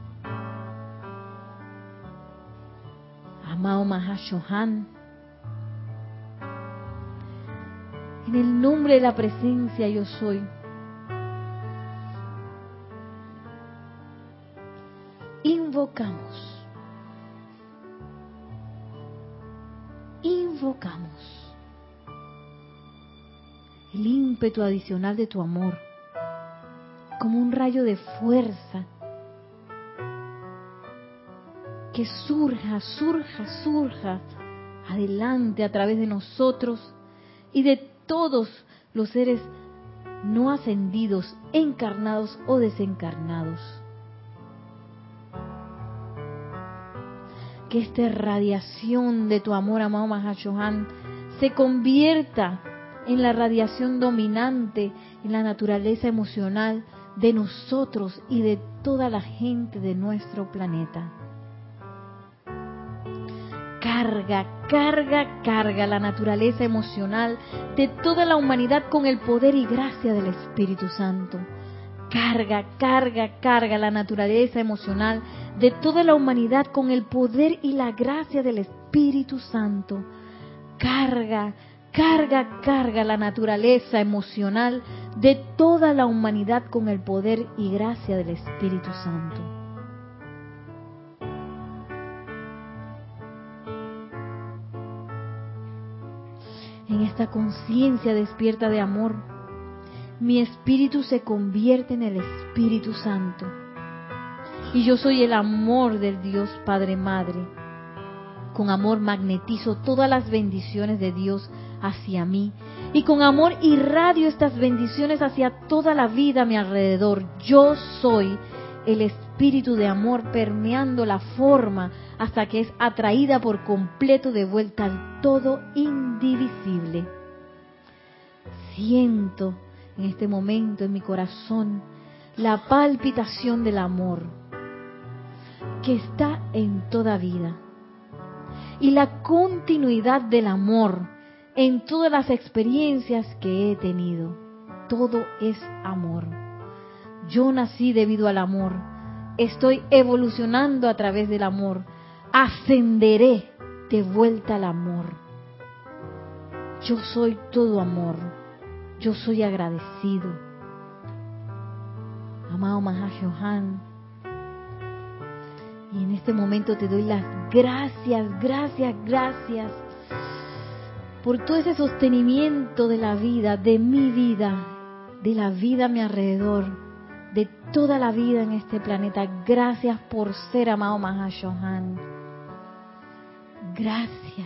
Amado Mahashohan, en el nombre de la presencia yo soy, invocamos, invocamos el ímpetu adicional de tu amor, como un rayo de fuerza, que surja, surja, surja adelante a través de nosotros y de todos los seres no ascendidos, encarnados o desencarnados. Que esta radiación de tu amor, amado Mahashohan, se convierta en la radiación dominante en la naturaleza emocional de nosotros y de toda la gente de nuestro planeta. Carga, carga, carga la naturaleza emocional de toda la humanidad con el poder y gracia del Espíritu Santo. Carga, carga, carga la naturaleza emocional de toda la humanidad con el poder y la gracia del Espíritu Santo. Carga, carga, carga la naturaleza emocional de toda la humanidad con el poder y gracia del Espíritu Santo. En esta conciencia despierta de amor, mi espíritu se convierte en el Espíritu Santo. Y yo soy el amor del Dios Padre Madre. Con amor magnetizo todas las bendiciones de Dios hacia mí. Y con amor irradio estas bendiciones hacia toda la vida a mi alrededor. Yo soy el espíritu de amor permeando la forma hasta que es atraída por completo de vuelta al todo indivisible. Siento en este momento en mi corazón la palpitación del amor que está en toda vida y la continuidad del amor en todas las experiencias que he tenido. Todo es amor. Yo nací debido al amor. Estoy evolucionando a través del amor. Ascenderé de vuelta al amor. Yo soy todo amor. Yo soy agradecido. Amado Mahashohan, y en este momento te doy las gracias, gracias, gracias por todo ese sostenimiento de la vida, de mi vida, de la vida a mi alrededor, de toda la vida en este planeta. Gracias por ser, amado Mahashohan. Gracias.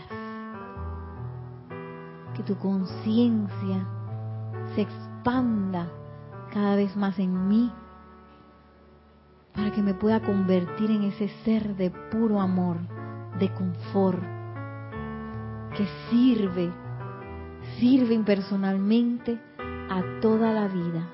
Que tu conciencia se expanda cada vez más en mí, para que me pueda convertir en ese ser de puro amor, de confort, que sirve, sirve impersonalmente a toda la vida.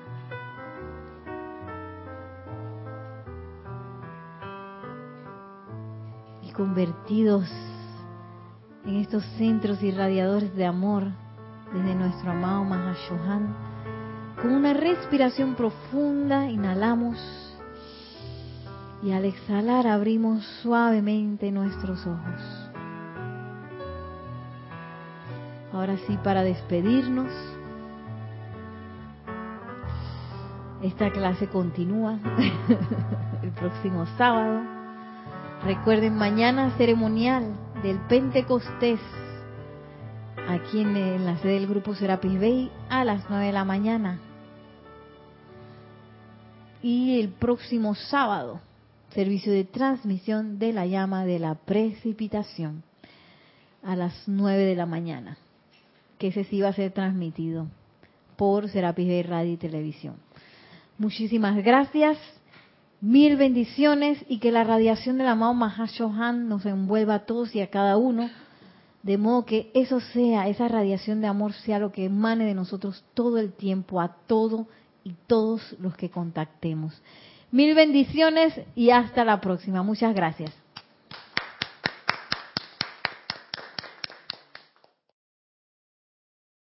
Y convertidos en estos centros irradiadores de amor desde nuestro amado Mahashohan, con una respiración profunda inhalamos y al exhalar abrimos suavemente nuestros ojos. Ahora sí, para despedirnos, esta clase continúa el próximo sábado. Recuerden, mañana ceremonial del Pentecostés aquí en, en la sede del grupo Serapis Bay a las nueve de la mañana. Y el próximo sábado, servicio de transmisión de la llama de la precipitación a las nueve de la mañana, que ese sí va a ser transmitido por Serapis Bay Radio y Televisión. Muchísimas gracias. Mil bendiciones y que la radiación del amado Mahashohan nos envuelva a todos y a cada uno, de modo que eso sea, esa radiación de amor sea lo que emane de nosotros todo el tiempo, a todo y todos los que contactemos. Mil bendiciones y hasta la próxima. Muchas gracias.